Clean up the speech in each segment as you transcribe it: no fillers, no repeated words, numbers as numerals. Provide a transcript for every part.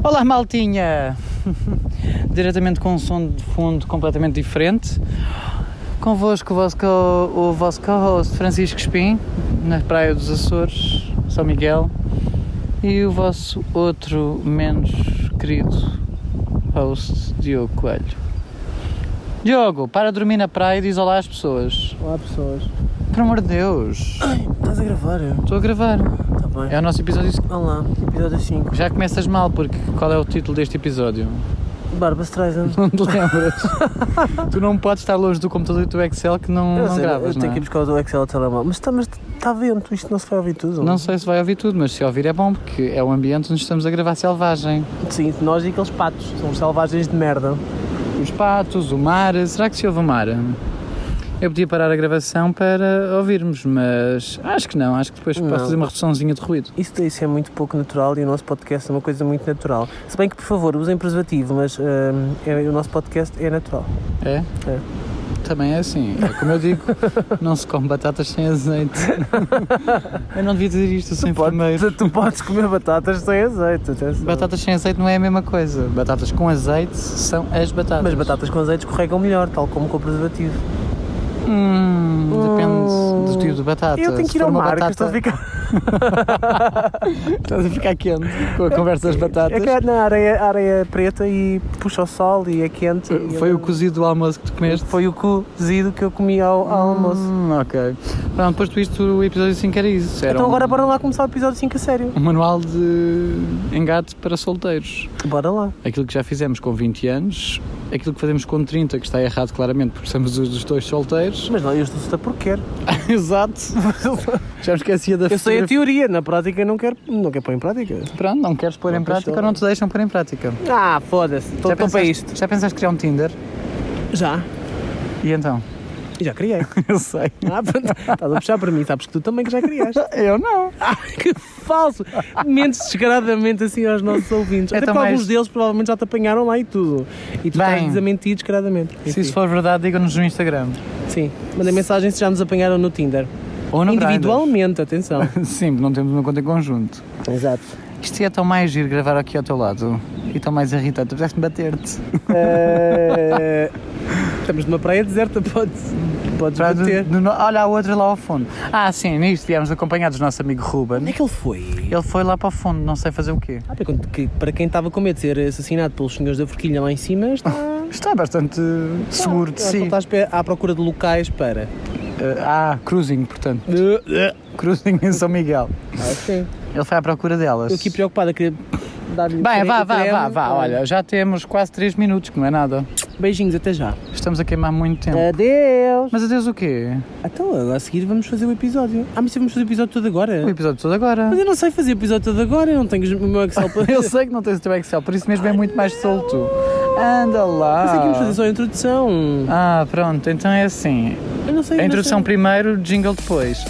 Olá, maltinha! Diretamente com um som de fundo completamente diferente. Convosco o vosso co-host Francisco Espim, na Praia dos Açores, São Miguel. E o vosso outro menos querido host, Diogo Coelho. Diogo, para de dormir na praia e diz olá às pessoas. Olá, pessoas. Por amor de Deus. Ai, estás a gravar? Estou a gravar. Tá bem. É o nosso episódio 5. Olá, episódio 5. Já começas mal, porque qual é o título deste episódio? Barbra Streisand. Não te lembras? Tu não podes estar longe do computador e do Excel que não gravas, eu tenho não que ir buscar o Excel ao telemóvel. Mas está vento, isto não se vai ouvir tudo? Não sei se vai ouvir tudo, mas se ouvir é bom, porque é o ambiente onde estamos a gravar selvagem. Sim, nós e aqueles patos. São os selvagens de merda. Os patos, o mar... Será que se ouve o mar? Eu podia parar a gravação para ouvirmos, mas acho que não. Acho que depois posso fazer uma reduçãozinha de ruído. Isso é muito pouco natural e o nosso podcast é uma coisa muito natural. Se bem que, por favor, usem preservativo, mas o nosso podcast é natural. É? É. Também é assim. É como eu digo, não se come batatas sem azeite. Eu não devia dizer isto, sem enfermeiro. Tu podes comer batatas sem azeite. Atenção. Batatas sem azeite não é a mesma coisa. Batatas com azeite são as batatas. Mas batatas com azeite escorregam melhor, tal como com o preservativo. Depende do tipo de batata. Eu tenho que ir ao mar, que estou a ficar... Estás a ficar quente com a conversa das batatas. É que a areia preta e puxa o sol e é quente. Foi o cozido do almoço que tu comeste? Foi o cozido que eu comi ao almoço. Ok. Pronto, depois tu viste o episódio 5 era isso. Era então agora bora lá começar o episódio 5 a sério. Um manual de engate para solteiros. Bora lá. Aquilo que já fizemos com 20 anos, aquilo que fazemos com 30, que está errado claramente, porque somos os dois solteiros. Mas não, eu estou solteiro porque quero. Exato. Já me esquecia da Eu sei a teoria, na prática não quero pôr em prática. Pronto, não queres pôr em prática ou não te deixam pôr em prática? Ah, foda-se, estou para isto. Já pensaste criar um Tinder? Já. E então? Já criei. Eu sei. Pronto, estás a puxar para mim, sabes que tu também que já criaste. Eu não. Que falso! Mentes descaradamente assim aos nossos ouvintes. Até porque alguns deles provavelmente já te apanharam lá e tudo. E tu estás a mentir descaradamente. Se isso for verdade, digam-nos no Instagram. Sim, mandem mensagem se já nos apanharam no Tinder. Ou no individualmente, atenção. Sim, não temos uma conta em conjunto. Exato. Isto é tão mais giro gravar aqui ao teu lado e tão mais irritante. Tu precisaste-me bater-te. Estamos numa praia deserta, podes bater. Olha a outra lá ao fundo. Ah, sim, nisto viemos acompanhados do nosso amigo Ruben. Onde é que ele foi? Ele foi lá para o fundo, não sei fazer o quê. Para quem estava com medo de ser assassinado pelos senhores da forquilha lá em cima, está bastante seguro de si. Estás à procura de locais para... cruising, portanto. Cruising em São Miguel. Sim. Ele foi à procura delas. Estou aqui preocupada, queria dar-lhe... Bem, vá. Olha, já temos quase 3 minutos, que não é nada. Beijinhos, até já. Estamos a queimar muito tempo. Adeus. Mas adeus o quê? Então, a seguir vamos fazer o episódio. Mas vamos fazer o episódio todo agora? O episódio todo agora. Mas eu não sei fazer o episódio todo agora, eu não tenho o meu Excel para... Eu sei que não tens o teu Excel, por isso mesmo é muito mais solto. Anda lá. Eu sei que vamos fazer só a introdução. Pronto, então é assim. Eu não sei. A introdução primeiro, jingle depois.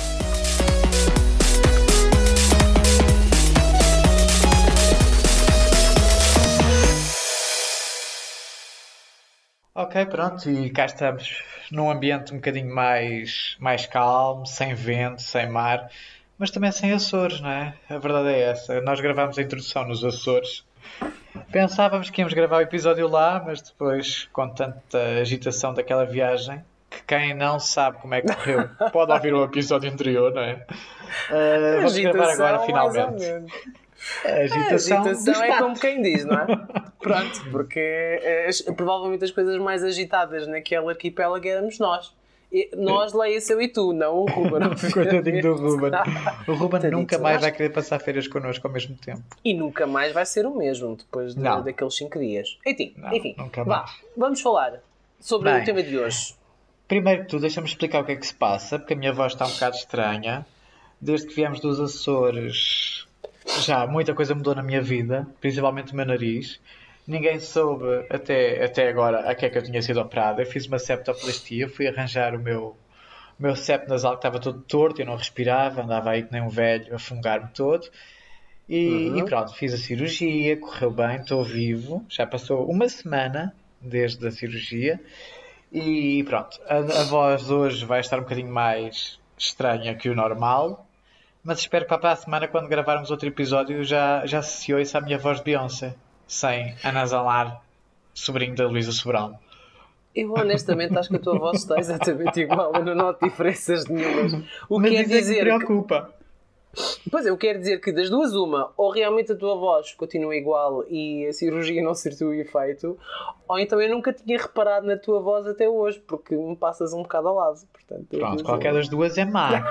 Ok, pronto, e cá estamos num ambiente um bocadinho mais calmo, sem vento, sem mar, mas também sem Açores, não é? A verdade é essa. Nós gravámos a introdução nos Açores. Pensávamos que íamos gravar o episódio lá, mas depois, com tanta agitação daquela viagem, que quem não sabe como é que correu, pode ouvir o episódio anterior, não é? Vamos gravar agora, finalmente. A agitação é como quem diz, não é? Pronto, porque provavelmente as coisas mais agitadas naquele arquipélago éramos nós. Nós, leia-se eu e tu, não o Ruben. Coitadinho do Ruben. O Ruben nunca mais vai querer passar férias connosco ao mesmo tempo. E nunca mais vai ser o mesmo depois daqueles 5 dias. Enfim, vamos falar sobre o tema de hoje. Primeiro que tudo, deixa-me explicar o que é que se passa, porque a minha voz está um bocado estranha. Desde que viemos dos Açores, já muita coisa mudou na minha vida, principalmente o meu nariz. Ninguém soube até agora a que é que eu tinha sido operado. Eu fiz uma septoplastia, fui arranjar o meu septo nasal que estava todo torto, eu não respirava, andava aí que nem um velho a fungar-me todo. E pronto, fiz a cirurgia, correu bem, estou vivo. Já passou uma semana desde a cirurgia. E pronto, a voz hoje vai estar um bocadinho mais estranha que o normal. Mas espero que para a semana, quando gravarmos outro episódio, já se ouça a minha voz de Beyoncé. sem anasalar sobrinho da Luísa Sobral. Eu honestamente acho que a tua voz está exatamente igual, eu não noto diferenças nenhumas. O Mas que quer isso é que me dizer preocupa. Pois eu quero dizer que das duas uma, ou realmente a tua voz continua igual e a cirurgia não surtiu efeito, ou então eu nunca tinha reparado na tua voz até hoje, porque me passas um bocado ao lado. Portanto, Pronto, qualquer das duas é má.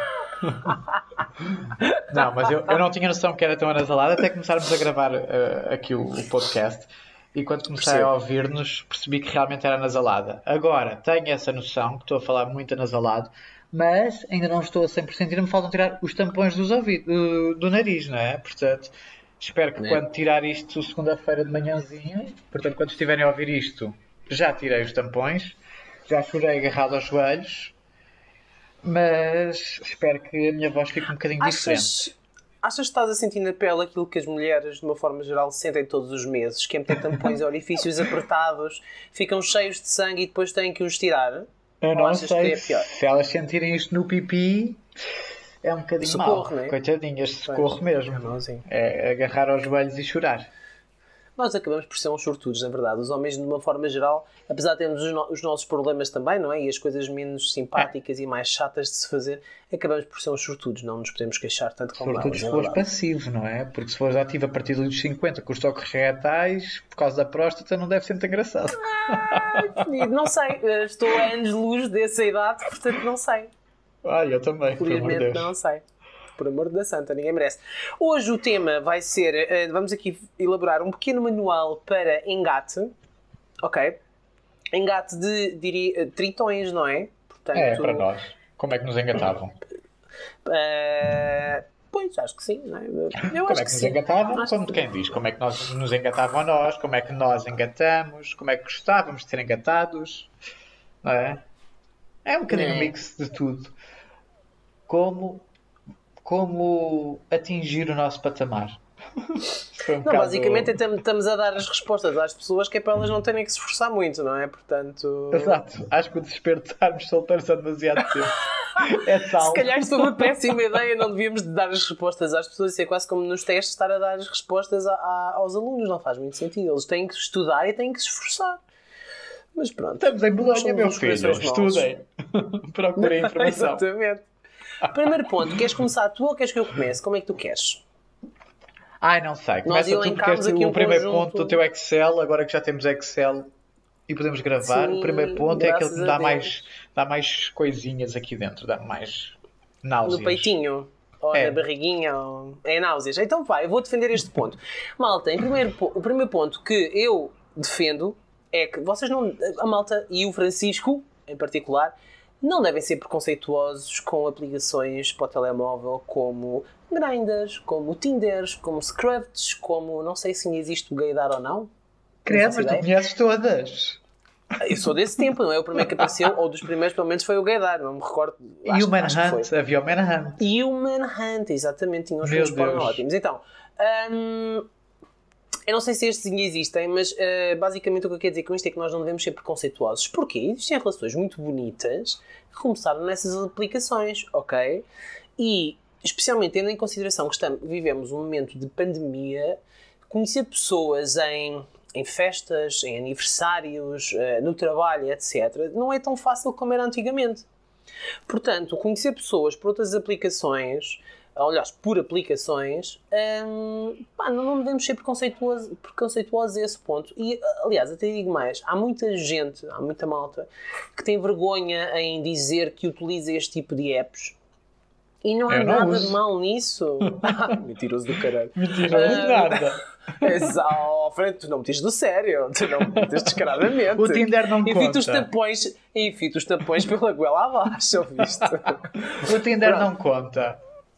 Não, mas eu não tinha noção que era tão anasalado até começarmos a gravar aqui o podcast. E quando comecei a ouvir-nos, percebi que realmente era anasalada. Agora, tenho essa noção, que estou a falar muito anasalado, mas ainda não estou a 100% e ainda me faltam tirar os tampões dos ouvidos, do nariz, não é? Portanto, espero que quando tirar isto segunda-feira de manhãzinha, portanto, quando estiverem a ouvir isto, já tirei os tampões, já chorei agarrado aos joelhos, mas espero que a minha voz fique um bocadinho diferente. Achas que estás a sentir na pele aquilo que as mulheres, de uma forma geral, sentem todos os meses? Que é meter tampões a orifícios apertados, ficam cheios de sangue e depois têm que os tirar? Eu não sei, se elas sentirem isto no pipi, é um bocadinho socorro, mau. Né? Coitadinhas, socorro mesmo. É agarrar aos joelhos e chorar. Nós acabamos por ser uns sortudos, na verdade. Os homens, de uma forma geral, apesar de termos os nossos problemas também, não é? E as coisas menos simpáticas e mais chatas de se fazer, acabamos por ser uns sortudos. Não nos podemos queixar tanto como elas. Sortudos se fores passivo, não é? Porque se fores ativo a partir dos 50 com os toques retais, por causa da próstata, não deve ser muito engraçado. Não sei. Estou a anos-luz dessa idade, portanto não sei. Eu também, felizmente não sei. Por amor da santa, ninguém merece. Hoje o tema vai ser, vamos aqui elaborar um pequeno manual para engate, ok? Engate de, diria, tritões, não é? Portanto, para nós. Como é que nos engatavam? Pois, acho que sim, não é? Eu como é que nos engatavam? Como quem diz, como é que nós nos engatavam a nós, como é que nós engatamos, como é que gostávamos de ser engatados, não é? É um bocadinho um mix de tudo. Como atingir o nosso patamar. Basicamente estamos a dar as respostas às pessoas que é para elas não terem que se esforçar muito, não é? Portanto... Exato. Acho que o desespero de estarmos solteiros há demasiado tempo é tal. Se calhar isto é uma péssima ideia, não devíamos dar as respostas às pessoas, isso é quase como nos testes estar a dar as respostas aos alunos, não faz muito sentido. Eles têm que estudar e têm que se esforçar. Mas pronto. Estamos em Bolonha, meu filho. Estudem. Procurem informação. Exatamente. Primeiro ponto, queres começar tu ou queres que eu comece? Como é que tu queres? Não sei. Começa tu porque queres o primeiro ponto do teu Excel, agora que já temos Excel e podemos gravar. Sim, o primeiro ponto é aquele que me dá mais coisinhas aqui dentro, dá mais náuseas. No peitinho? Ou na barriguinha? É náuseas. Então vai, eu vou defender este ponto. Malta, o primeiro ponto que eu defendo é que vocês não... A malta e o Francisco, em particular... não devem ser preconceituosos com aplicações para o telemóvel como Grindr, como Tinder, como Scruffs, como... não sei se ainda existe o Gaydar ou não. Credo, mas tu conheces todas. Eu sou desse tempo, não é? O primeiro que apareceu, ou dos primeiros pelo menos, foi o Gaydar, não me recordo. E o Manhunt, havia o Manhunt. E o Manhunt, exatamente, tinha uns filmes porno ótimos. Então, eu não sei se estes ainda existem, mas basicamente o que eu quero dizer com isto é que nós não devemos ser preconceituosos. Porquê? Existem relações muito bonitas que começaram nessas aplicações, ok? E, especialmente tendo em consideração que vivemos um momento de pandemia, conhecer pessoas em festas, em aniversários, no trabalho, etc., não é tão fácil como era antigamente. Portanto, conhecer pessoas por outras aplicações... aliás, por aplicações, não devemos ser preconceituosos a esse ponto. E, aliás, até digo mais, há muita gente, há muita malta, que tem vergonha em dizer que utiliza este tipo de apps. E não há nada de mal nisso. Mentiroso do caralho. Mentiroso nada. Exato, tu não me tires do sério, tu não me metes descaradamente. O Tinder não conta. Enfita os tampões pela goela abaixo, ouviste? O Tinder não conta.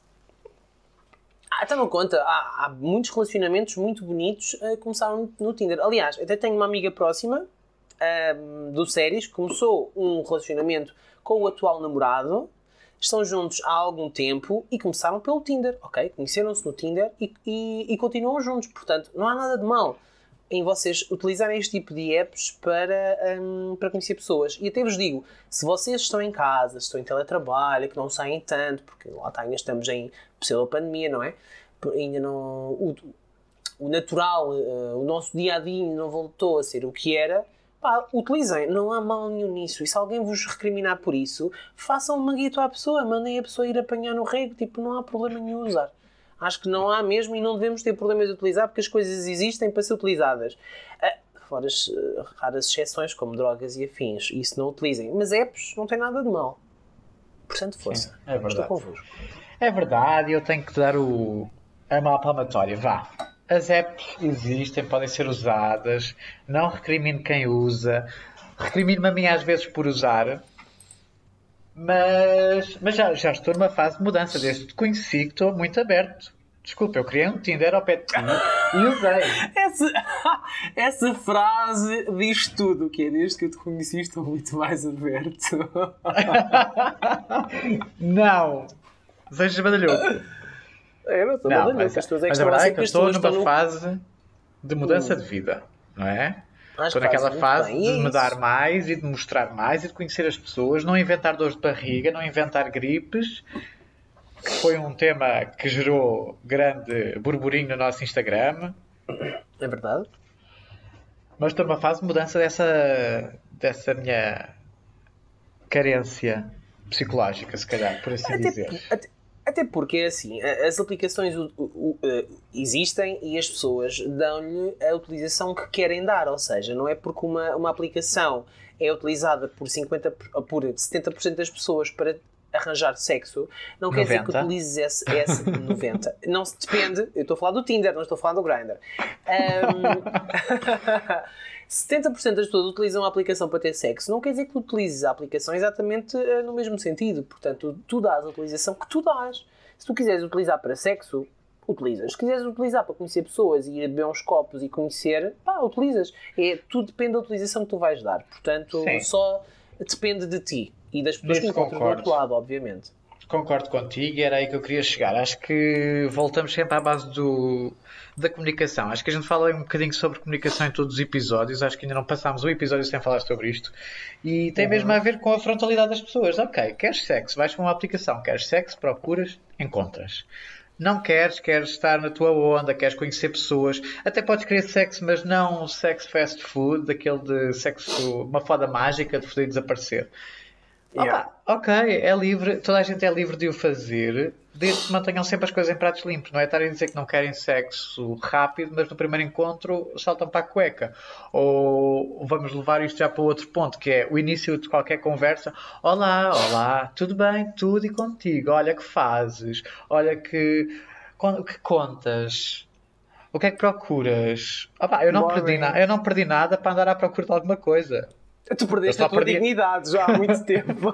Então não conta. Há muitos relacionamentos muito bonitos que começaram no Tinder. Aliás, até tenho uma amiga próxima do Séries que começou um relacionamento com o atual namorado. Estão juntos há algum tempo e começaram pelo Tinder, ok? Conheceram-se no Tinder e continuam juntos. Portanto, não há nada de mal em vocês utilizarem este tipo de apps para conhecer pessoas. E até vos digo, se vocês estão em casa, estão em teletrabalho, que não saem tanto, porque lá está, ainda estamos em pseudo-pandemia, não é? Ainda não... o natural, o nosso dia-a-dia não voltou a ser o que era, pá, utilizem, não há mal nenhum nisso. E se alguém vos recriminar por isso, façam uma guito à pessoa, mandem a pessoa ir apanhar no rego, tipo, não há problema nenhum usar. Acho que não há mesmo e não devemos ter problemas de utilizar porque as coisas existem para ser utilizadas. Fora as raras exceções como drogas e afins, isso não utilizem. Mas apps não tem nada de mal. Portanto, força. Sim, é verdade. Estou convosco. É verdade, eu tenho que dar a mão palmatória. Vá. As apps existem, podem ser usadas. Não recrimino quem usa. Recrimino-me a mim às vezes por usar. Mas já estou numa fase de mudança. Desde que te conheci que estou muito aberto. Desculpa, eu criei um Tinder ao pé de ti e usei. Essa frase diz tudo, que é desde que eu te conheci estou muito mais aberto. Não! Sejas badalhoco. Eu não estou badalhoco. As pessoas é que mas a estão a verdade é ser que eu estou numa fase de mudança de vida, não é? Estou naquela fase de me dar mais e de mostrar mais e de conhecer as pessoas, não inventar dores de barriga, não inventar gripes, que foi um tema que gerou grande burburinho no nosso Instagram. É verdade. Mas estou numa fase de mudança dessa minha carência psicológica, se calhar, por assim dizer. Até porque, assim, as aplicações existem e as pessoas dão-lhe a utilização que querem dar. Ou seja, não é porque uma aplicação é utilizada por 70% das pessoas para arranjar sexo, não quer dizer que utilizes esse 90. Não se depende, eu estou a falar do Tinder, não estou a falar do Grindr. 70% das pessoas utilizam a aplicação para ter sexo, não quer dizer que utilizes a aplicação exatamente no mesmo sentido. Portanto, tu dás a utilização que tu dás. Se tu quiseres utilizar para sexo, utilizas. Se quiseres utilizar para conhecer pessoas e ir beber uns copos e conhecer, pá, utilizas. Tudo depende da utilização que tu vais dar. Portanto, sim, só depende de ti e das pessoas que encontras do outro lado, obviamente. Concordo contigo e era aí que eu queria chegar. Acho que voltamos sempre à base da comunicação. Acho que a gente fala um bocadinho sobre comunicação em todos os episódios. Acho que ainda não passámos um episódio sem falar sobre isto. E tem mesmo a ver com a frontalidade das pessoas. Ok, queres sexo? Vais para uma aplicação. Queres sexo? Procuras? Encontras. Não queres estar na tua onda, queres conhecer pessoas. Até podes querer sexo, mas não sexo fast food, daquele de sexo, uma foda mágica de poder desaparecer. Yeah. Ok, é livre, toda a gente é livre de o fazer, desde que mantenham sempre as coisas em pratos limpos. Não é estarem a dizer que não querem sexo rápido, mas no primeiro encontro saltam para a cueca. Ou vamos levar isto já para outro ponto, que é o início de qualquer conversa. Olá, tudo bem? Tudo e contigo? Olha que fazes? Olha que contas? O que é que procuras? Eu não perdi nada para andar à procura de alguma coisa. Tu perdeste a tua dignidade já há muito tempo.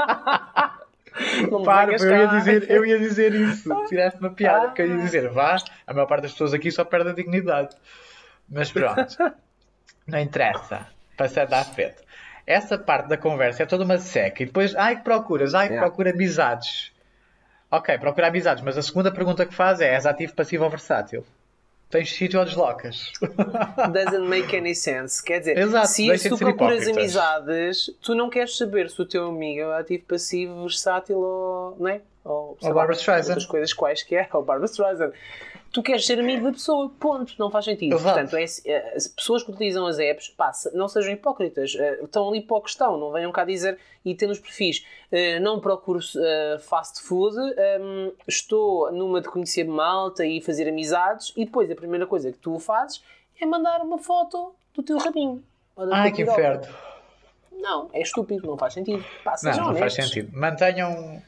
Não eu ia dizer isso. Tiraste uma piada, porque eu ia dizer, a maior parte das pessoas aqui só perde a dignidade. Mas pronto, não interessa. Passando à frente. Essa parte da conversa é toda uma seca. E depois, que procuras? Procura amizades. Ok, procura amizades, mas a segunda pergunta que faz é: és ativo, passivo ou versátil? Tens sítio ou deslocas? Doesn't make any sense. Quer dizer, exato, se tu procuras amizades, tu não queres saber se o teu amigo é ativo, passivo, versátil ou... Não é? Ou Barbra Streisand. Outras coisas quaisquer. Ou Barbra Streisand. Tu queres ser amigo da pessoa. Ponto. Não faz sentido. Exato. Portanto, pessoas que utilizam as apps, não sejam hipócritas. Estão ali para o que estão. Não venham cá dizer e ter nos perfis. Não procuro fast food. Estou numa de conhecer malta e fazer amizades. E depois a primeira coisa que tu fazes é mandar uma foto do teu rabinho. Que inferno. Não, é estúpido. Não faz sentido. Não faz sentido. Mantenham...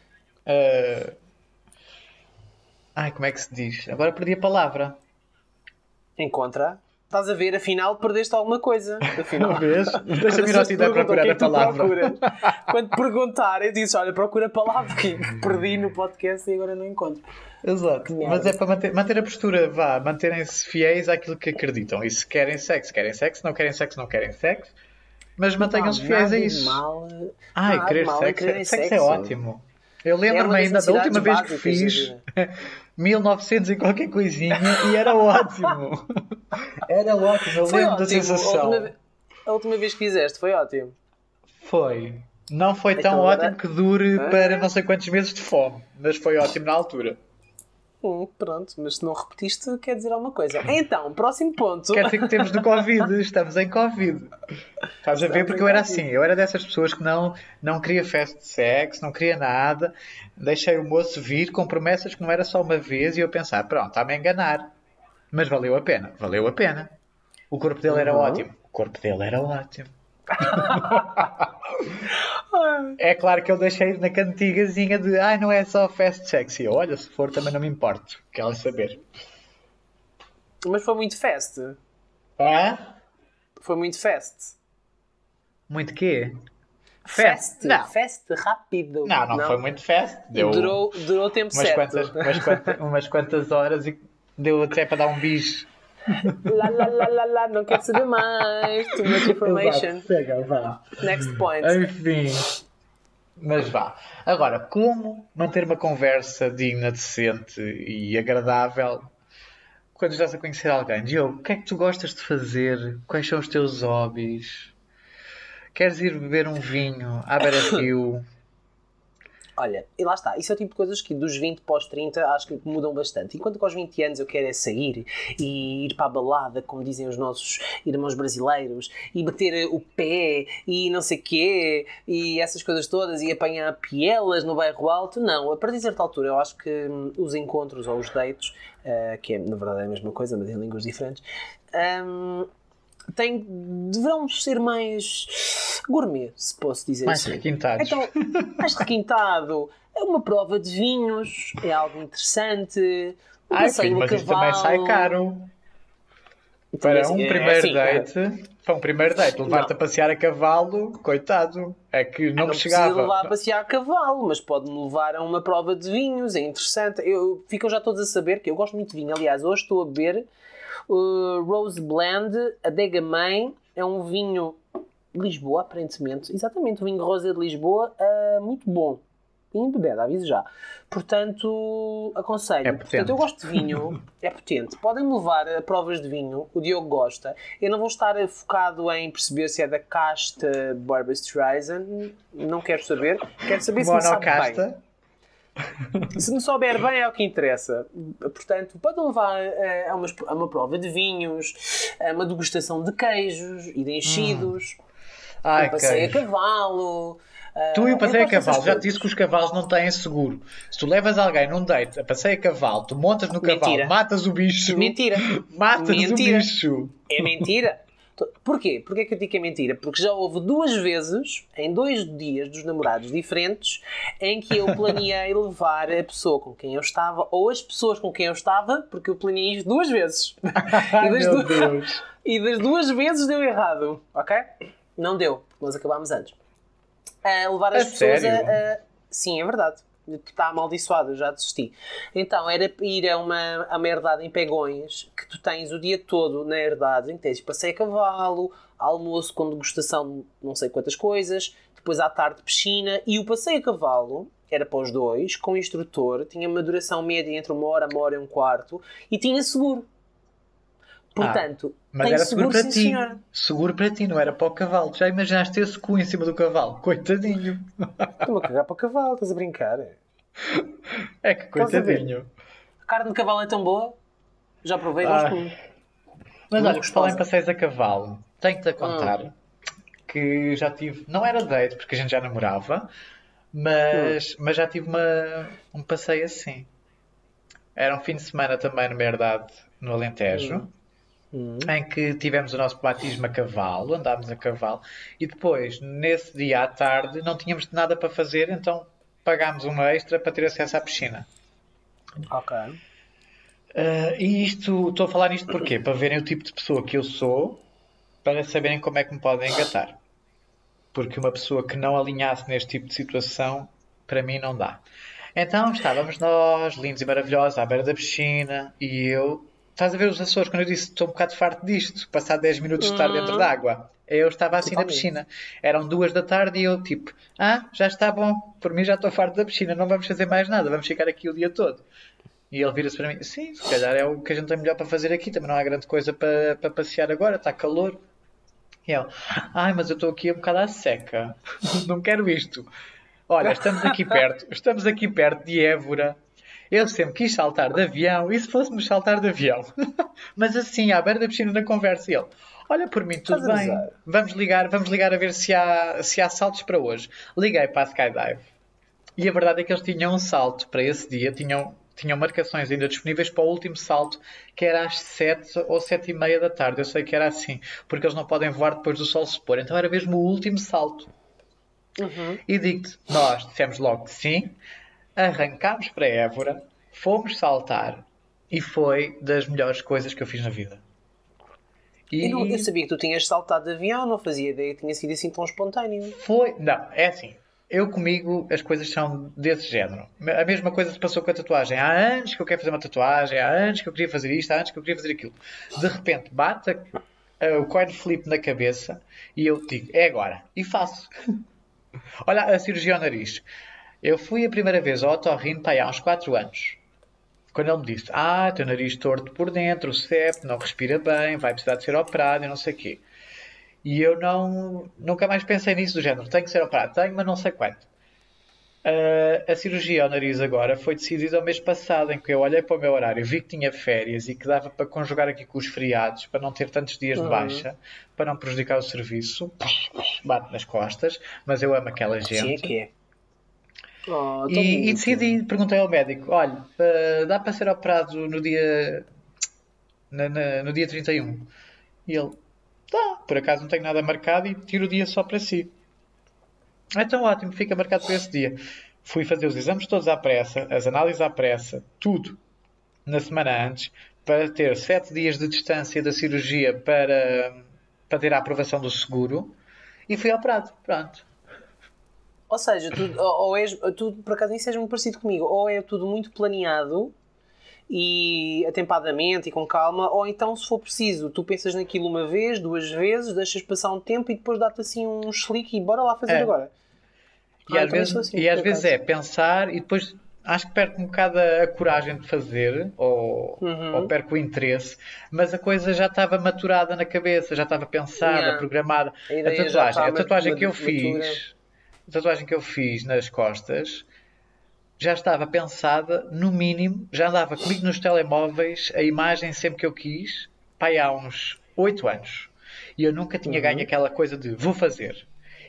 como é que se diz? Agora perdi a palavra. Encontra. Estás a ver, afinal perdeste alguma coisa. Afinal, vês? Deixa-me ir ao Tinder a procurar a palavra. Quando te perguntar, eu disse, olha, procura a palavra que perdi no podcast e agora não encontro. Exato. Mas é para manter a postura, manterem-se fiéis àquilo que acreditam. E se querem sexo, não querem sexo. Mas mantenham-se fiéis a isso. Querer sexo é ótimo. Eu lembro-me ainda da última vez que fiz 1900 e qualquer coisinha e era ótimo. Era ótimo, eu lembro da sensação. A última vez que fizeste foi ótimo. Foi. Não foi tão ótimo que dure para não sei quantos meses de fome, mas foi ótimo na altura. Pronto, mas se não repetiste, quer dizer alguma coisa. Então, próximo ponto. Quer dizer que temos do Covid, estamos em Covid. Estás a ver? Porque eu era assim, eu era dessas pessoas que não queria festa de sexo, não queria nada. Deixei o moço vir com promessas que não era só uma vez e eu pensar, pronto, está-me a enganar. Mas valeu a pena, valeu a pena. O corpo dele era ótimo. O corpo dele era ótimo. É claro que eu deixei na cantigazinha de não é só fast sexy. Olha, se for também não me importo. Quero saber. Mas foi muito fast. Foi muito fast. Muito quê? Fast. Não. Fast, rápido. Não foi muito fast. Durou o tempo certo. Umas quantas horas e deu até para dar um bicho. Lá, não quero saber mais. Too much information. Exato, vá. Next point. Enfim. Mas vá. Agora, como manter uma conversa digna, decente e agradável quando estás a conhecer alguém? Diogo, o que é que tu gostas de fazer? Quais são os teus hobbies? Queres ir beber um vinho à beira-rio? Olha, e lá está, isso é o tipo de coisas que dos 20 para os 30 acho que mudam bastante. Enquanto que aos 20 anos eu quero é sair e ir para a balada, como dizem os nossos irmãos brasileiros, e bater o pé e não sei quê, e essas coisas todas, e apanhar pielas no bairro alto, não. A partir de certa altura eu acho que os encontros ou os dates, que é na verdade a mesma coisa, mas em línguas diferentes, deverão ser mais gourmet, se posso dizer mais assim. Requintados. Então, mais requintado. É uma prova de vinhos, é algo interessante. Um passeio mas a isto também cavalo. sai caro. Para um primeiro date, para um primeiro date, levar-te a passear a cavalo, coitado, é que não me chegava. Não precisa levar a passear a cavalo, mas pode-me levar a uma prova de vinhos, é interessante. Ficam já todos a saber que eu gosto muito de vinho. Aliás, hoje estou a beber Rose Blend, Adega Mãe, é um vinho de Lisboa, aparentemente. Exatamente, o vinho rosa de Lisboa, muito bom. Vinho de bebida, aviso já. Portanto, aconselho. É Portanto, eu gosto de vinho, é potente. Podem-me levar a provas de vinho, o Diogo gosta. Eu não vou estar focado em perceber se é da casta Barbra Streisand, não quero saber. Quero saber se me sabe bem. Se me souber bem é o que interessa. Portanto, podem levar a uma prova de vinhos, a uma degustação de queijos e de enchidos, um passeio a cavalo. Tu e o passeio a cavalo, já te disse que os cavalos não têm seguro. Se tu levas alguém num date a passeio a cavalo, tu montas no cavalo, matas o bicho. Mentira. Matas o bicho. É mentira. Porquê? Porquê que eu digo que é mentira? Porque já houve 2 vezes, em 2 dias dos namorados diferentes, em que eu planeei levar a pessoa com quem eu estava, ou as pessoas com quem eu estava, porque eu planeei isto 2 vezes. E das 2 vezes deu errado, ok? Não deu, porque nós acabámos antes. Levar as pessoas a... Sim, é verdade. Está amaldiçoado, eu já desisti. Então, era ir a uma herdade em Pegões, que tu tens o dia todo na herdade, em que tens passeio a cavalo, almoço com degustação de não sei quantas coisas, depois à tarde piscina, e o passeio a cavalo era para os 2, com instrutor, tinha uma duração média entre 1 hora e 1h15, e tinha seguro. Portanto, mas era seguro para ti. Senhora. Seguro para ti, não era para o cavalo. Já imaginaste esse cu em cima do cavalo? Coitadinho. Estou-me a cagar para o cavalo, estás a brincar? É que coitadinho. A carne de cavalo é tão boa. Já provei, gosto muito. Mas olha, por falar em passeios a cavalo, tenho-te a contar que já tive... Não era date, porque a gente já namorava, mas já tive um passeio assim. Era um fim de semana também numa herdade no Alentejo. Em que tivemos o nosso batismo a cavalo, andámos a cavalo, e depois, nesse dia à tarde, não tínhamos nada para fazer, então pagámos uma extra para ter acesso à piscina. Ok. E estou a falar nisto porquê? Para verem o tipo de pessoa que eu sou, para saberem como é que me podem engatar. Porque uma pessoa que não alinhasse neste tipo de situação, para mim não dá. Então estávamos nós, lindos e maravilhosos, à beira da piscina, e eu... Estás a ver os Açores, quando eu disse estou um bocado farto disto, passar 10 minutos de estar dentro d'água. Eu estava assim na piscina. Eram 2 da tarde e eu tipo, já está bom, por mim já estou farto da piscina, não vamos fazer mais nada, vamos ficar aqui o dia todo. E ele vira-se para mim, sim, se calhar é o que a gente tem melhor para fazer aqui, também não há grande coisa para passear agora, está calor. E eu, mas eu estou aqui um bocado à seca, não quero isto. Olha, estamos aqui perto de Évora. Eu sempre quis saltar de avião, e se fôssemos saltar de avião? Mas assim, à beira da piscina na conversa, e ele, olha, por mim tudo Estás a bem, gozar. vamos ligar a ver se há saltos para hoje. Liguei para a Skydive, e a verdade é que eles tinham um salto para esse dia, tinham marcações ainda disponíveis para o último salto, que era às 7 ou 7:30 da tarde. Eu sei que era assim, porque eles não podem voar depois do sol se pôr. Então era mesmo o último salto. Uhum. E digo-te, nós dissemos logo que sim, arrancámos para Évora, fomos saltar e foi das melhores coisas que eu fiz na vida. Eu E sabia que tu tinhas saltado de avião, não fazia ideia que tinha sido assim tão espontâneo. foi. Não, é assim. Eu comigo as coisas são desse género. A mesma coisa se passou com a tatuagem. Há anos que eu quero fazer uma tatuagem, há anos que eu queria fazer isto, há anos que eu queria fazer aquilo. De repente bate o coin flip na cabeça e eu digo, é agora. E faço. Olha a cirurgia ao nariz. Eu fui a primeira vez ao otorrino há uns 4 anos. Quando ele me disse, teu nariz torto por dentro, o septo, não respira bem, vai precisar de ser operado e não sei o quê. E eu nunca mais pensei nisso do género. Tenho que ser operado, tenho, mas não sei quando. A cirurgia ao nariz agora foi decidida o mês passado, em que eu olhei para o meu horário, vi que tinha férias e que dava para conjugar aqui com os feriados, para não ter tantos dias de Uhum. baixa, para não prejudicar o serviço. Bate nas costas, mas eu amo aquela Sim, é gente. que é. Oh, tão E bonito. decidi, perguntei ao médico, olha, dá para ser operado no dia, no dia 31? E ele, tá, por acaso não tenho nada marcado e tiro o dia só para si. Então ótimo, fica marcado para esse dia. Fui fazer os exames todos à pressa, as análises à pressa, tudo na semana antes, para ter 7 dias de distância da cirurgia para ter a aprovação do seguro e fui operado. Pronto. Ou seja, tu por acaso isso é muito parecido comigo. Ou é tudo muito planeado e atempadamente e com calma, ou então, se for preciso, tu pensas naquilo uma vez, duas vezes, deixas passar um tempo e depois dá-te assim um slick e bora lá fazer É. agora. Eu também sou assim, E às por vezes acaso. é pensar e depois acho que perco um bocado a coragem de fazer ou Uhum. perco o interesse, mas a coisa já estava maturada na cabeça, já estava pensada, Yeah. programada. A ideia já está A tatuagem que eu matura. fiz, a tatuagem que eu fiz nas costas já estava pensada, no mínimo, já andava comigo nos telemóveis, a imagem sempre que eu quis, pai, há uns 8 anos. E eu nunca tinha ganho Uhum. aquela coisa de vou fazer.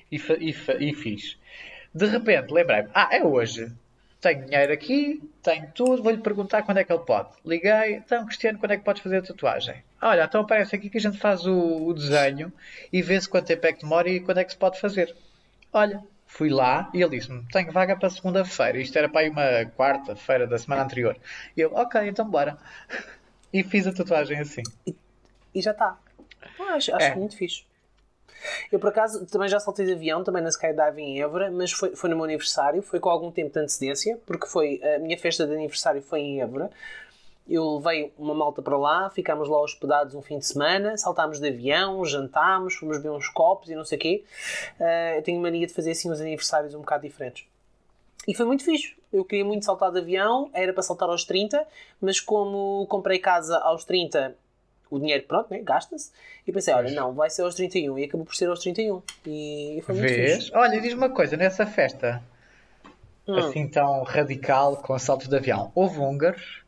E fiz. De repente lembrei-me, é hoje. Tenho dinheiro aqui, tenho tudo, vou-lhe perguntar quando é que ele pode. Liguei, então Cristiano, quando é que podes fazer a tatuagem? Olha, então aparece aqui que a gente faz o desenho e vê-se quanto tempo é que demora e quando é que se pode fazer. Olha, fui lá e ele disse-me, tenho vaga para segunda-feira. Isto era para aí uma quarta-feira da semana anterior. E eu, ok, então bora. E fiz a tatuagem assim. E já está. Acho É, muito fixe. Eu, por acaso, também já saltei de avião, também na Skydive em Évora, mas foi no meu aniversário, foi com algum tempo de antecedência, porque foi a minha festa de aniversário foi em Évora. Eu levei uma malta para lá, ficámos lá hospedados um fim de semana, saltámos de avião, jantámos, fomos beber uns copos e não sei o quê. Eu tenho mania de fazer assim os aniversários um bocado diferentes. E foi muito fixe. Eu queria muito saltar de avião, era para saltar aos 30, mas como comprei casa aos 30, o dinheiro, pronto, né, gasta-se. E pensei, olha, pois. não, vai ser aos 31. E acabou por ser aos 31. E foi muito fixe. Vês? Olha, diz uma coisa, nessa festa, Hum. assim tão radical, com saltos de avião, houve húngaros?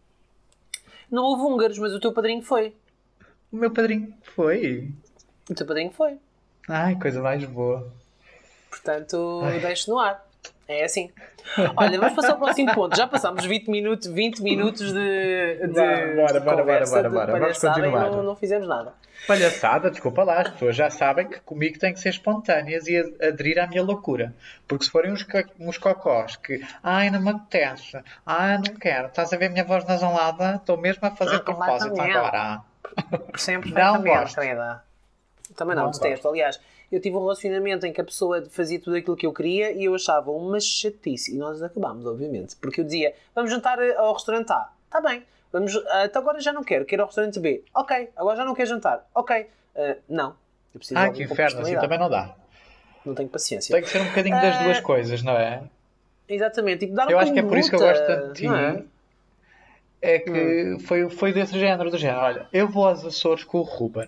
Não houve húngaros, mas o teu padrinho foi. O meu padrinho foi. O teu padrinho foi. Ai, coisa mais boa. Portanto, Ai. deixo no ar. É assim. Olha, vamos passar ao próximo ponto. Já passámos 20 minutos Bora, de bora, bora, conversa, bora, de bora. Vamos palhaçada e continuar. não fizemos nada. Palhaçada, desculpa lá, as pessoas já sabem que comigo têm que ser espontâneas e aderir à minha loucura. Porque se forem uns cocós que, não me apetece, não quero, estás a ver a minha voz nasalada? Estou mesmo a fazer de propósito Completamente. agora. Percebo Não perfeitamente, gosto, querida. Também não, não detesto. gosto. Aliás, eu tive um relacionamento em que a pessoa fazia tudo aquilo que eu queria e eu achava uma chatice. E nós acabámos, obviamente. Porque eu dizia, vamos jantar ao restaurante A. Está bem. Até agora já não quero ir ao restaurante B. Ok. Agora já não quero jantar. Ok. Não. Eu preciso de Ai, que alguém com inferno, assim personalidade. também não dá. Não tenho paciência. Tem que ser um bocadinho das duas Ah, coisas, não é? exatamente. Tipo, dar um Eu acho que bocadinho é de por isso que eu gosto tanto luta. de Não é? ti. É Hum. que foi desse género, do género. Olha, eu vou aos Açores com o Ruben.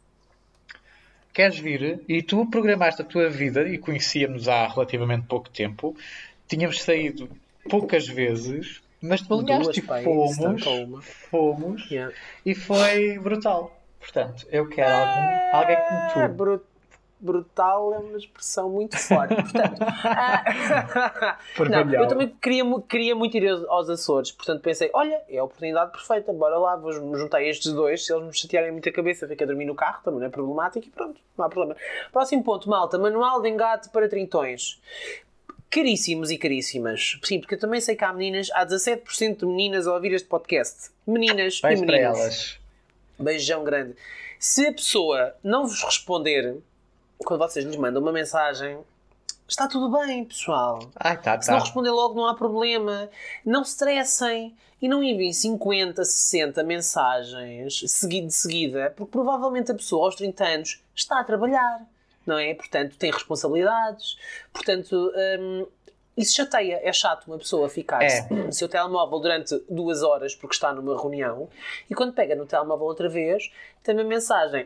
Queres vir? E tu programaste a tua vida e conhecíamos há relativamente pouco tempo. Tínhamos saído poucas vezes Mas tu alinhaste, Duas, tipo, pá, fomos Yeah. e foi brutal. Portanto, eu quero alguém como tu. Brutal é uma expressão muito forte. Portanto, não, eu Porcalhau. também queria muito ir aos Açores. Portanto, pensei, olha, é a oportunidade perfeita. Bora lá, vou juntar estes dois. Se eles me chatearem muito a cabeça, fico a dormir no carro. Também não é problemático e pronto, não há problema. Próximo ponto, malta. Manual de engate para trintões. Caríssimos e caríssimas. Sim, porque eu também sei que há 17% de meninas a ouvir este podcast. Meninas Vais e para meninos. elas. Beijão grande. Se a pessoa não vos responder quando vocês lhes mandam uma mensagem, está tudo bem, pessoal. Tá. Se não responder logo, não há problema. Não se estressem e não enviem 50, 60 mensagens de seguida, porque provavelmente a pessoa aos 30 anos está a trabalhar, não é? Portanto, tem responsabilidades. Portanto, isso chateia. É chato uma pessoa ficar no seu telemóvel durante 2 horas porque está numa reunião e quando pega no telemóvel outra vez, tem uma mensagem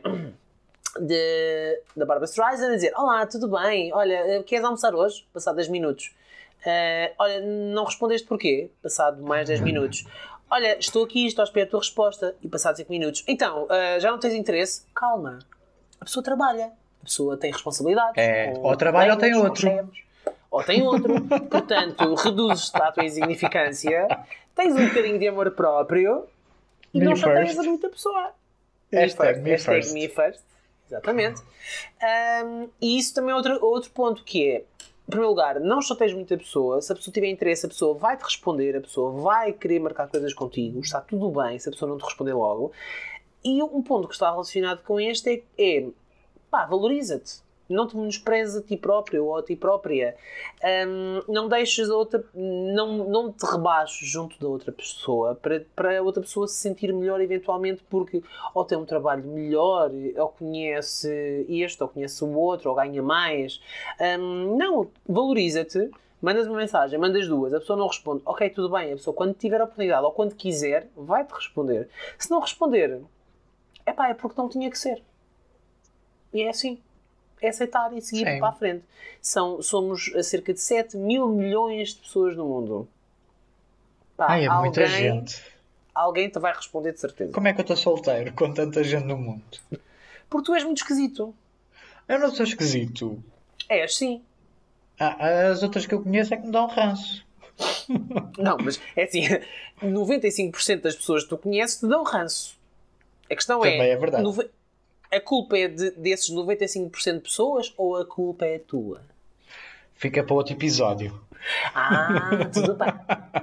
da Barbra Streisand a dizer: olá, tudo bem? Olha, queres almoçar hoje? Passado 10 minutos. Olha, não respondeste porquê? Passado mais 10 minutos. Olha, estou aqui, estou à espera da tua resposta. E passado 5 minutos. Então, já não tens interesse? Calma. A pessoa trabalha. A pessoa tem responsabilidades. Ou trabalha ou tem outro. Ou tem outro. Portanto, reduzes-te à tua insignificância, tens um bocadinho de amor próprio e não chateias a muita pessoa. Hashtag me first. Exatamente. E isso também é outro ponto que é, em primeiro lugar, não chateias muita pessoa. Se a pessoa tiver interesse, a pessoa vai-te responder, a pessoa vai querer marcar coisas contigo, está tudo bem se a pessoa não te responder logo. E um ponto que está relacionado com este é pá, valoriza-te. Não te menosprezes a ti próprio ou a ti própria. Não deixes a outra... Não te rebaixes junto da outra pessoa para a outra pessoa se sentir melhor eventualmente porque ou tem um trabalho melhor, ou conhece este, ou conhece o outro, ou ganha mais. Não, valoriza-te. Mandas uma mensagem, mandas 2, a pessoa não responde. Ok, tudo bem. A pessoa, quando tiver a oportunidade ou quando quiser, vai-te responder. Se não responder, é porque não tinha que ser. E é assim. É aceitar e seguir para a frente. Somos a cerca de 7 mil milhões de pessoas no mundo. Pá, é muita gente. Alguém te vai responder de certeza. Como é que eu estou solteiro com tanta gente no mundo? Porque tu és muito esquisito. Eu não sou esquisito. És, sim. As outras que eu conheço é que me dão ranço. Não, mas é assim, 95% das pessoas que tu conheces te dão ranço. A questão Também é verdade. A culpa é desses 95% de pessoas ou a culpa é tua? Fica para outro episódio. Tudo bem.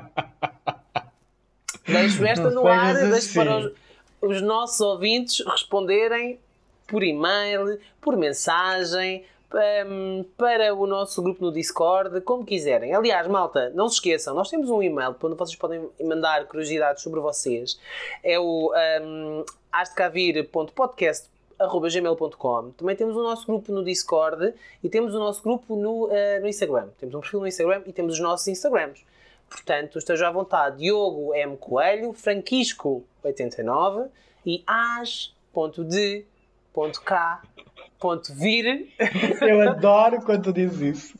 Deixo esta no ar, deixo para os nossos ouvintes responderem por e-mail, por mensagem, para o nosso grupo no Discord, como quiserem. Aliás, malta, não se esqueçam, nós temos um e-mail onde vocês podem mandar curiosidades sobre vocês. É o hasdecavir.podcast@gmail.com. Também temos o nosso grupo no Discord e temos o nosso grupo no Instagram. Temos um perfil no Instagram e temos os nossos Instagrams. Portanto, estejam à vontade. Diogo M. Coelho, Franquisco89 e as.de.k.vir. Eu adoro quando tu dizes isso.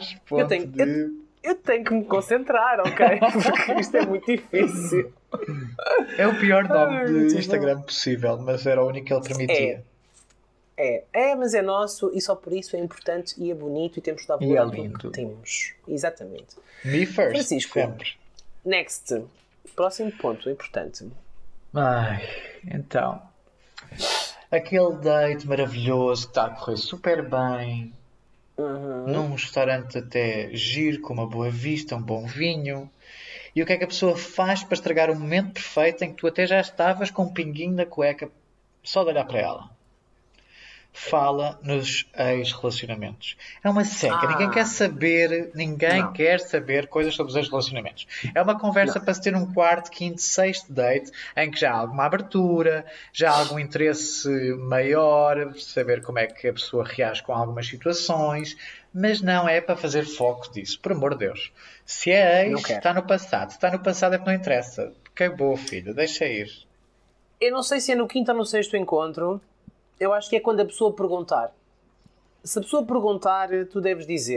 Eu tenho que me concentrar, ok? Porque isto é muito difícil. É o pior nome de Instagram possível, mas era o único que ele permitia. Mas é nosso e só por isso é importante e é bonito e temos de dar valor a tudo que temos. Exatamente. Me first, Francisco, sempre. Next. Próximo ponto importante. Então. Aquele date maravilhoso que está a correr super bem. Num restaurante até giro, com uma boa vista, um bom vinho. E o que é que a pessoa faz para estragar o momento perfeito em que tu até já estavas com um pinguinho na cueca só de olhar para ela? Fala nos ex-relacionamentos. É uma seca. Ninguém quer saber coisas sobre os ex-relacionamentos. É uma conversa para se ter um quarto, quinto, sexto date em que já há alguma abertura, já há algum interesse maior, saber como é que a pessoa reage com algumas situações, mas não é para fazer foco disso, por amor de Deus. Se é ex, está no passado. Se está no passado é que não interessa. Acabou, filho, deixa ir. Eu não sei se é no quinto ou no sexto encontro. Eu acho que é quando a pessoa perguntar. Se a pessoa perguntar, tu deves dizer: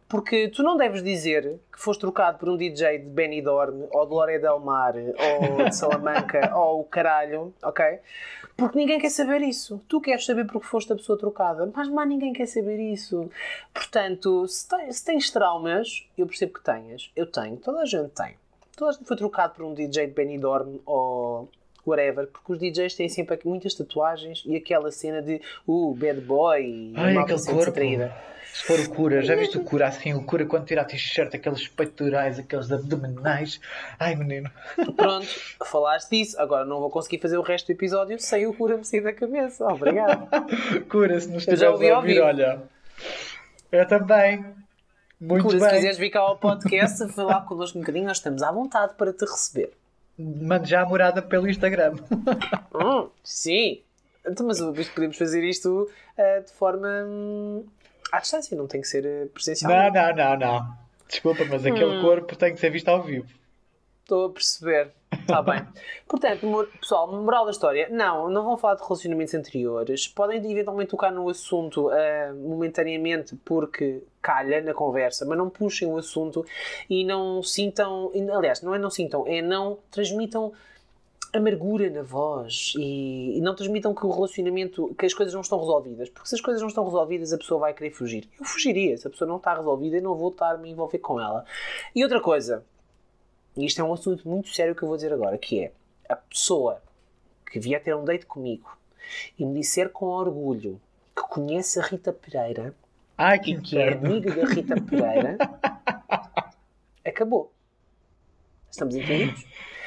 Porque tu não deves dizer que foste trocado por um DJ de Benidorm, ou de Lloret del Mar, ou de Salamanca, ou o caralho, ok? Porque ninguém quer saber isso. Tu queres saber porque foste a pessoa trocada, mas mais ninguém quer saber isso. Portanto, se tens traumas, eu percebo que tenhas. Eu tenho, toda a gente tem. Toda a gente foi trocado por um DJ de Benidorm ou whatever, porque os DJs têm sempre muitas tatuagens e aquela cena de bad boy e Ai, malta aquele sempre corpo. distraída. Se for o cura, já viste o cura assim? O cura quando tira a t-shirt, aqueles peitorais, aqueles abdominais. Ai, menino. Pronto, falaste disso. Agora não vou conseguir fazer o resto do episódio sem o cura me sair da cabeça. Obrigado. Cura, se nos Eu já estiveres ouvi a ao ouvir, vivo. olha. Eu também. Muito Cura, bem. se quiseres vir cá ao podcast, falar connosco um bocadinho, nós estamos à vontade para te receber. Mande já a morada pelo Instagram. Sim. Então, mas podemos fazer isto de forma à distância, não tem que ser presencial. Não. Desculpa, mas aquele corpo tem que ser visto ao vivo. Estou a perceber. Está bem. Portanto, pessoal, moral da história. Não vão falar de relacionamentos anteriores. Podem eventualmente tocar no assunto momentaneamente porque calha na conversa, mas não puxem o assunto e não sintam... Aliás, não sintam, é não transmitam amargura na voz e não transmitam que o relacionamento, que as coisas não estão resolvidas. Porque se as coisas não estão resolvidas, a pessoa vai querer fugir. Eu fugiria. Se a pessoa não está resolvida, eu não vou estar a me envolver com ela. E outra coisa... E isto é um assunto muito sério que eu vou dizer agora, que é a pessoa que vier ter um date comigo e me disser com orgulho que conhece a Rita Pereira que e que é amiga da Rita Pereira, acabou. Estamos entendidos?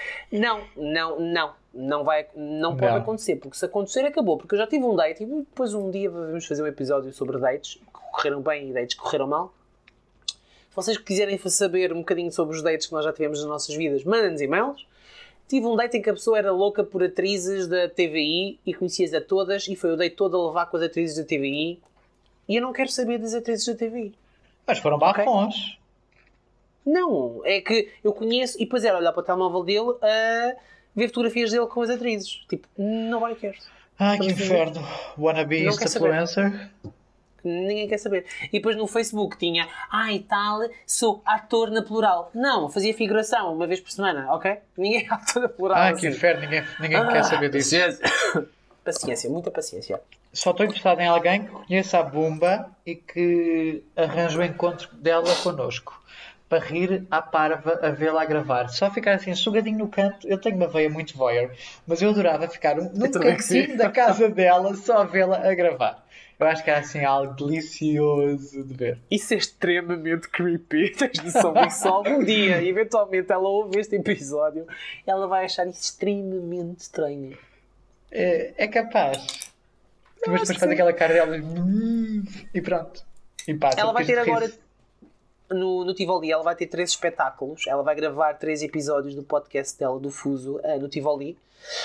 Não pode acontecer, porque se acontecer, acabou. Porque eu já tive um date e depois um dia vamos fazer um episódio sobre dates que correram bem e dates que correram mal. Se vocês quiserem saber um bocadinho sobre os dates que nós já tivemos nas nossas vidas, mandem-nos e-mails. Tive um date em que a pessoa era louca por atrizes da TVI e conhecia-as a todas e foi o date todo a levar com as atrizes da TVI. E eu não quero saber das atrizes da TVI. Mas foram bafões. Não, é que eu conheço e depois era olhar para o telemóvel dele a ver fotografias dele com as atrizes. Tipo, não vai querer. Que inferno. Wannabe influencer. Ninguém quer saber. E depois no Facebook tinha tal, sou ator na plural. Não, fazia figuração uma vez por semana, ok? Ninguém é ator na plural. Que assim. Inferno, ninguém quer saber disso. Paciência, muita paciência. Só estou interessado em alguém que conheça a Bumba e que arranje o encontro dela connosco. Para rir à parva a vê-la a gravar. Só ficar assim, sugadinho no canto. Eu tenho uma veia muito voyeur, mas eu adorava ficar num cantinho da casa dela só a vê-la a gravar. Eu acho que é assim algo delicioso de ver. Isso é extremamente creepy. Tens noção disso? Algum dia, eventualmente, ela ouve este episódio, ela vai achar isso extremamente estranho. É capaz. Mas depois faz aquela cara dela e pronto. E passa. Ela vai ter agora... No Tivoli, ela vai ter 3 espetáculos. Ela vai gravar 3 episódios do podcast dela, do Fuso, no Tivoli,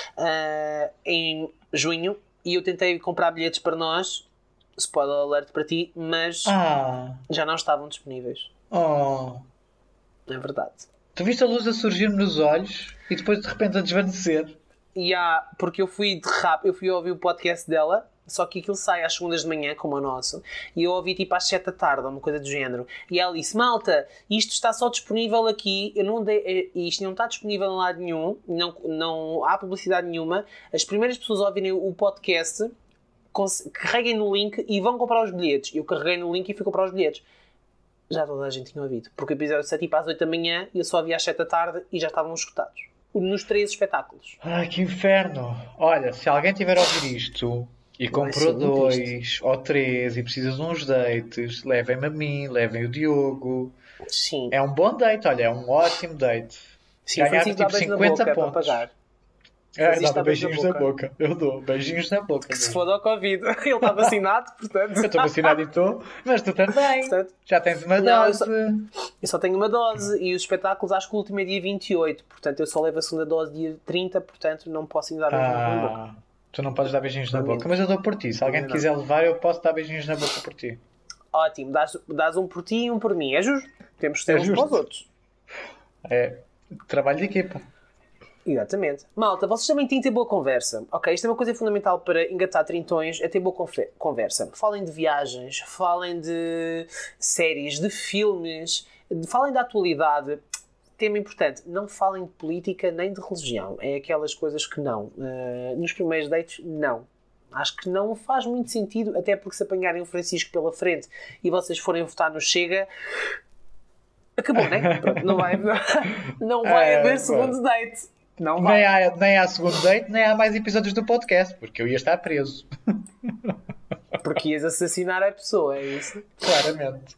em junho. E eu tentei comprar bilhetes para nós, spoiler alert para ti, mas já não estavam disponíveis. É verdade. Tu viste a luz a surgir-me nos olhos e depois de repente a desvanecer? Porque eu fui ouvir o podcast dela, só que aquilo sai às segundas de manhã, como o nosso, e eu ouvi tipo às 7 da tarde, ou uma coisa do género. E ela disse, malta, isto está só disponível aqui, isto não está disponível em lado nenhum, não há publicidade nenhuma. As primeiras pessoas a ouvirem o podcast, carreguem no link e vão comprar os bilhetes. Eu carreguei no link e fui comprar os bilhetes. Já toda a gente tinha ouvido, porque o episódio saiu tipo às 8 da manhã e eu só vi às 7 da tarde e já estavam escutados. Nos 3 espetáculos. Que inferno! Olha, se alguém tiver a ouvir isto e comprou 2 ou 3 e precisa de uns dates, levem-me a mim, levem o Diogo. Sim. É um bom date, olha, é um ótimo date. Sim, ganhar tipo tipo 50 pontos. Para pagar. Dava beijinhos na boca. Eu dou beijinhos na boca. Que se foda ao Covid. Ele está vacinado, portanto. Eu estou vacinado e estou, mas tu também. Portanto, já tens uma dose. Eu só tenho uma dose e os espetáculos acho que o último é dia 28. Portanto, eu só levo a segunda dose dia 30, portanto não posso ainda dar beijinhos na boca. Tu não podes dar beijinhos na boca, mas eu dou por ti. Se alguém te quiser levar, eu posso dar beijinhos na boca por ti. Ótimo, dás um por ti e um por mim. É justo? Temos que ser uns para os outros. É trabalho de equipa. Exatamente. Malta, vocês também têm que ter boa conversa. Ok, isto é uma coisa fundamental para engatar trintões, é ter boa conversa. Falem de viagens, falem de séries, de filmes, falem da atualidade. Tema importante, não falem de política nem de religião. É aquelas coisas que não. Nos primeiros dates, não. Acho que não faz muito sentido, até porque se apanharem o Francisco pela frente e vocês forem votar no Chega, acabou, né? Pronto, não vai haver segundo date. Não vai. Nem há segundo date, nem há mais episódios do podcast, porque eu ia estar preso. Porque ias assassinar a pessoa, é isso? Claramente.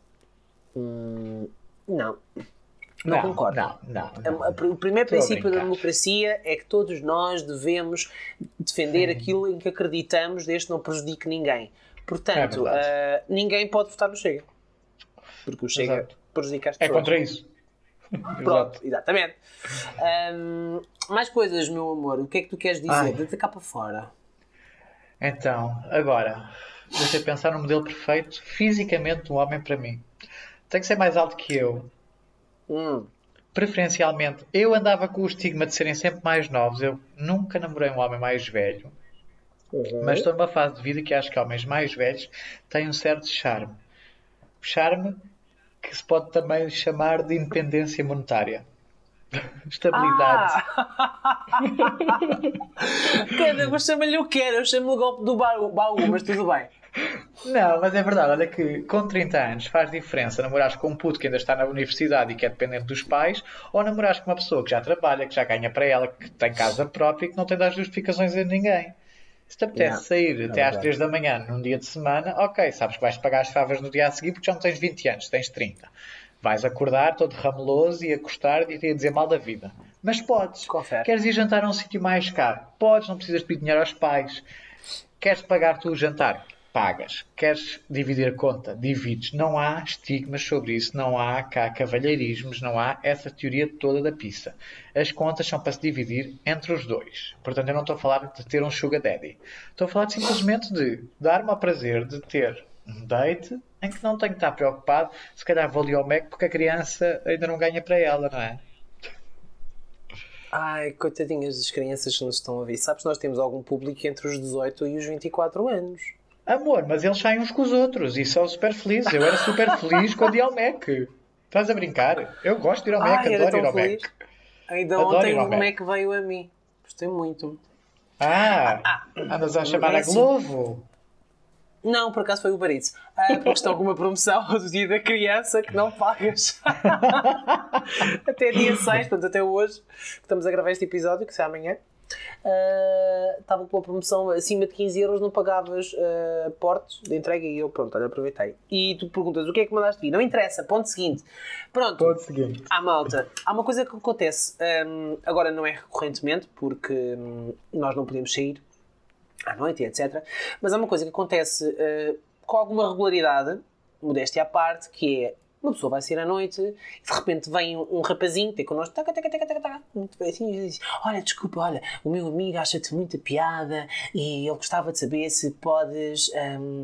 Não concordo. Não. O primeiro princípio da democracia é que todos nós devemos defender aquilo em que acreditamos, desde que não prejudique ninguém. Portanto, ninguém pode votar no Chega. Porque o Chega prejudica as pessoas. É contra isso. Pronto, exatamente. Mais coisas, meu amor. O que é que tu queres dizer? Deita cá para fora. Então, agora, deixa eu pensar no modelo perfeito fisicamente um homem para mim. Tem que ser mais alto que eu. Preferencialmente, eu andava com o estigma de serem sempre mais novos. Eu nunca namorei um homem mais velho. Mas estou numa fase de vida que acho que homens mais velhos têm um certo charme. Charme que se pode também chamar de independência monetária. Estabilidade. Mas chama-lhe o que era. Eu chamo-lhe o golpe do baú, mas tudo bem. Não, mas é verdade. Olha que com 30 anos faz diferença namorares com um puto que ainda está na universidade e que é dependente dos pais, ou namorares com uma pessoa que já trabalha, que já ganha para ela, que tem casa própria e que não tem de dar justificações a ninguém. Se te apetece sair até às 3 da manhã num dia de semana, ok, sabes que vais pagar as favas no dia a seguir porque já não tens 20 anos, tens 30. Vais acordar todo rameloso e a custar e a dizer mal da vida. Mas podes. Confere. Queres ir jantar a um sítio mais caro? Podes, não precisas pedir dinheiro aos pais. Queres pagar tu o jantar? Pagas. Queres dividir a conta? Divides. Não há estigmas sobre isso, não há cá cavalheirismos, não há essa teoria toda da pizza. As contas são para se dividir entre os dois. Portanto, eu não estou a falar de ter um sugar daddy. Estou a falar simplesmente de dar-me ao prazer de ter um date em que não tenho que estar preocupado, se calhar vou ali ao Mac porque a criança ainda não ganha para ela, não é? Ai, coitadinhas das crianças que nos estão a ouvir. Sabes, nós temos algum público entre os 18 e os 24 anos. Amor, mas eles saem uns com os outros e são super felizes. Eu era super feliz quando ia ao Mac. Estás a brincar? Eu gosto de ir ao Mac, adoro ir ao Mac. Ainda ontem o Mac veio a mim. Gostei muito. Andas a chamar a Glovo? Não, por acaso foi o Uber Eats. Porque estão com uma promoção do dia da criança que não pagas. Até dia 6, portanto até hoje, que estamos a gravar este episódio, que sai amanhã. Estava com uma promoção acima de 15 euros, não pagavas portos de entrega e eu, pronto, olha, aproveitei. E tu perguntas, o que é que mandaste vir? Não interessa, ponto seguinte. Pronto, ponto seguinte. Malta, há uma coisa que acontece, agora não é recorrentemente, porque nós não podemos sair à noite, etc. Mas há uma coisa que acontece com alguma regularidade, modéstia à parte, que é uma pessoa vai sair à noite e de repente vem um rapazinho ter connosco, muito bem, assim, e diz: olha, desculpa, olha, o meu amigo acha-te muita piada e ele gostava de saber se podes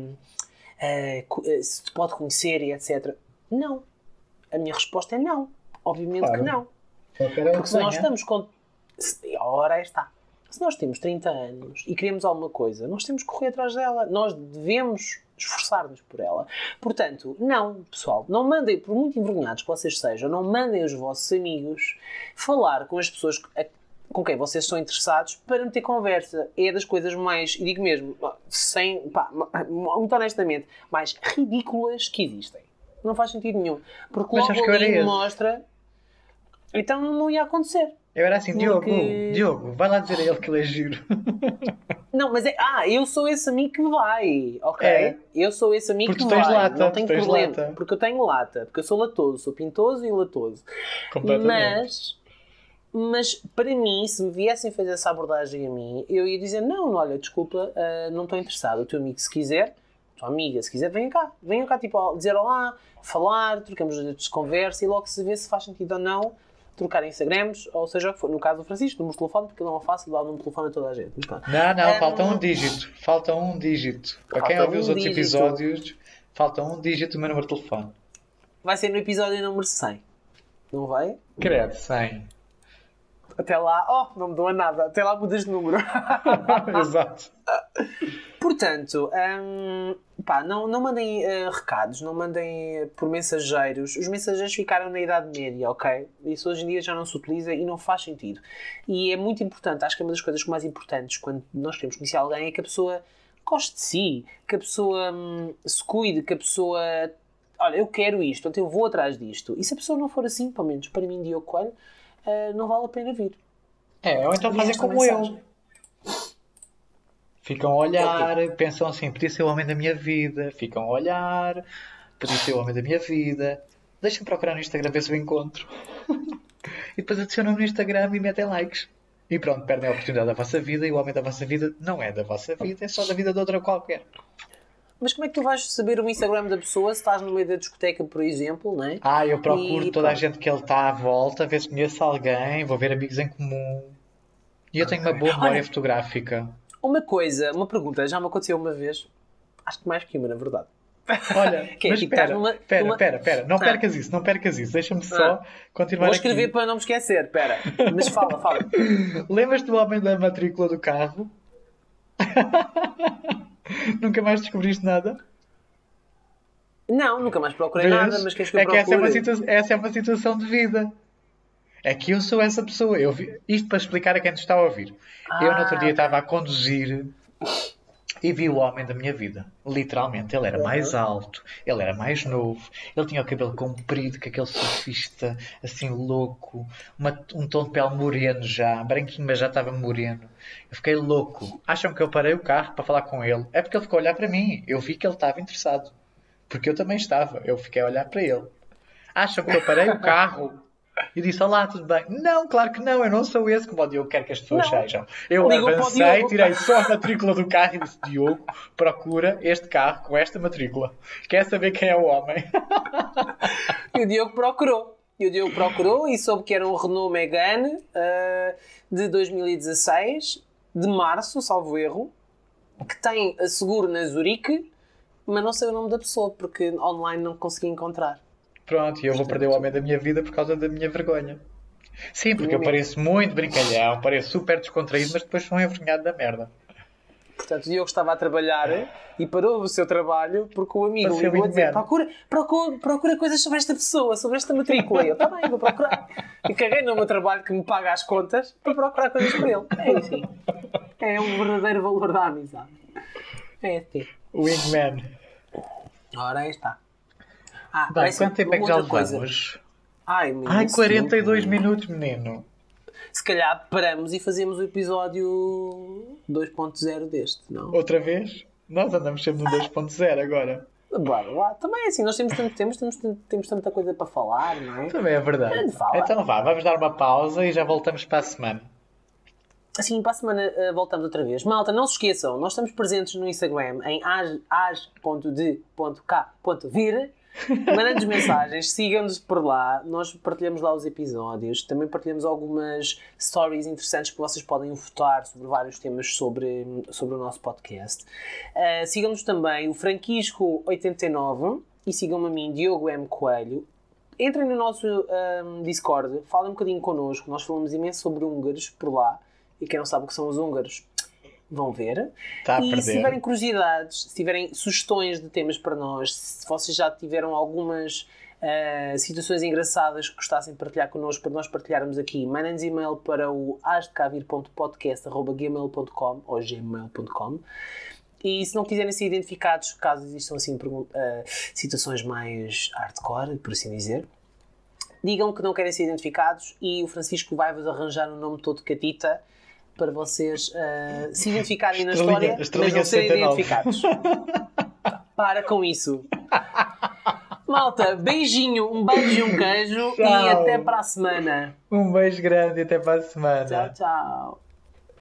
se te pode conhecer e etc. Não. A minha resposta é não. Obviamente que não. Porque se nós estamos com... A hora está. Se nós temos 30 anos e queremos alguma coisa, nós temos que correr atrás dela. Nós devemos esforçar-nos por ela. Portanto, não, pessoal, não mandem, por muito envergonhados que vocês sejam, não mandem os vossos amigos falar com as pessoas com quem vocês estão interessados para meter conversa. É das coisas mais, e digo mesmo, muito honestamente, mais ridículas que existem. Não faz sentido nenhum. Porque logo ali mostra... Então não ia acontecer. Eu era assim, Diogo, vai lá dizer a ele que ele é giro. Não, mas eu sou esse amigo que vai, ok? Eu sou esse amigo que vai. Lata, não tenho problema. Lata. Porque eu tenho lata. Porque eu sou latoso. Sou pintoso e latoso. Completamente. Mas para mim, se me viessem fazer essa abordagem a mim, eu ia dizer, não, olha, desculpa, não estou interessado. O teu amigo, se quiser, a tua amiga, se quiser, venha cá, tipo, dizer olá, falar, trocamos de conversa e logo se vê se faz sentido ou não trocar Instagrams, ou seja o que for. No caso do Francisco, número de telefone, porque não é fácil dar o número de telefone a toda a gente. Não, falta um dígito. Para quem ouviu os outros episódios, falta um dígito do meu número de telefone. Vai ser no episódio número 100. Não vai? Credo, 100. Até lá, não mudou a nada. Até lá mudas de número. Exato. Portanto, não mandem recados, não mandem por mensageiros. Os mensageiros ficaram na Idade Média, ok? Isso hoje em dia já não se utiliza e não faz sentido. E é muito importante, acho que é uma das coisas mais importantes quando nós queremos conhecer alguém é que a pessoa goste de si, que a pessoa se cuide, que a pessoa... Olha, eu quero isto, então eu vou atrás disto. E se a pessoa não for assim, pelo menos para mim, Diogo Coelho, não vale a pena vir. Ou então fazem como eu. Ficam a olhar, pensam assim, podia ser o homem da minha vida. Ficam a olhar, podia ser o homem da minha vida. Deixem-me procurar no Instagram, ver se eu encontro. E depois adicionam no Instagram e metem likes. E pronto, perdem a oportunidade da vossa vida e o homem da vossa vida não é da vossa vida, é só da vida de outra qualquer. Mas como é que tu vais saber o Instagram da pessoa se estás no meio da discoteca, por exemplo, não é? Eu procuro toda a gente que ele está à volta, ver se conheço alguém, vou ver amigos em comum. E eu tenho uma boa memória fotográfica. Uma pergunta, já me aconteceu uma vez, acho que mais que uma, na verdade. Olha, mas espera, não percas isso, deixa-me só continuar Vou escrever aqui. para não me esquecer, espera, mas fala. Lembras-te do homem da matrícula do carro? Nunca mais descobriste nada? Não, nunca mais procurei nada, mas queres que eu procure? Essa é uma situação de vida. É que eu sou essa pessoa. Isto para explicar a quem te está a ouvir. Eu no outro dia estava a conduzir e vi o homem da minha vida. Literalmente. Ele era mais alto, ele era mais novo, ele tinha o cabelo comprido, com aquele surfista assim louco, um tom de pele moreno já, branquinho, mas já estava moreno. Eu fiquei louco. Acham que eu parei o carro para falar com ele? É porque ele ficou a olhar para mim. Eu vi que ele estava interessado. Porque eu também estava. Eu fiquei a olhar para ele. Acham que eu parei o carro e disse, olá, tudo bem? Não, claro que não, eu não sou esse como o Diogo quer que as pessoas sejam. Eu avancei, tirei só a matrícula do carro e disse, Diogo, procura este carro com esta matrícula. Quer saber quem é o homem? E o Diogo procurou e soube que era um Renault Megane de 2016, de março, salvo erro, que tem a seguro na Zurique, mas não sei o nome da pessoa, porque online não consegui encontrar. Pronto, e eu vou perder o homem da minha vida por causa da minha vergonha. Sim, porque eu pareço muito brincalhão, pareço super descontraído, mas depois sou um envergonhado da merda. Portanto, o Diogo estava a trabalhar e parou o seu trabalho porque o amigo ligou a dizer procura coisas sobre esta pessoa, sobre esta matrícula. E eu, está bem, vou procurar. E caguei no meu trabalho que me paga as contas para procurar coisas para ele. É assim. É um verdadeiro valor da amizade. É assim. Wingman. Ora, aí está. Bem, quanto tempo é que já levamos? Ai, 42 minutos, menino. Se calhar paramos e fazemos o episódio 2.0 deste, não? Outra vez? Nós andamos sempre no 2.0 agora. Bora lá. Também é assim, nós temos tanta coisa para falar, não é? Também é verdade. Então vá, vamos dar uma pausa e já voltamos para a semana. Assim, para a semana voltamos outra vez. Malta, não se esqueçam, nós estamos presentes no Instagram em as.de.k.vir. Mandem-nos mensagens, sigam-nos por lá, nós partilhamos lá os episódios, também partilhamos algumas stories interessantes que vocês podem votar sobre vários temas sobre o nosso podcast. Sigam-nos também o Franquisco89 e sigam-me a mim, Diogo M. Coelho. Entrem no nosso Discord, falem um bocadinho connosco, nós falamos imenso sobre húngaros por lá, e quem não sabe o que são os húngaros, vão ver. E se tiverem curiosidades, se tiverem sugestões de temas para nós, se vocês já tiveram algumas situações engraçadas que gostassem de partilhar connosco para nós partilharmos aqui, mandem-nos e-mail para o asdecavir.podcast@gmail.com ou gmail.com. E se não quiserem ser identificados, caso existam assim situações mais hardcore, por assim dizer, digam que não querem ser identificados e o Francisco vai-vos arranjar um nome todo catita para vocês se identificarem na história, mas não serem identificados. Para com isso. Malta, beijinho, um beijo e um queijo. Tchau. E até para a semana. Um beijo grande e até para a semana. Tchau, tchau.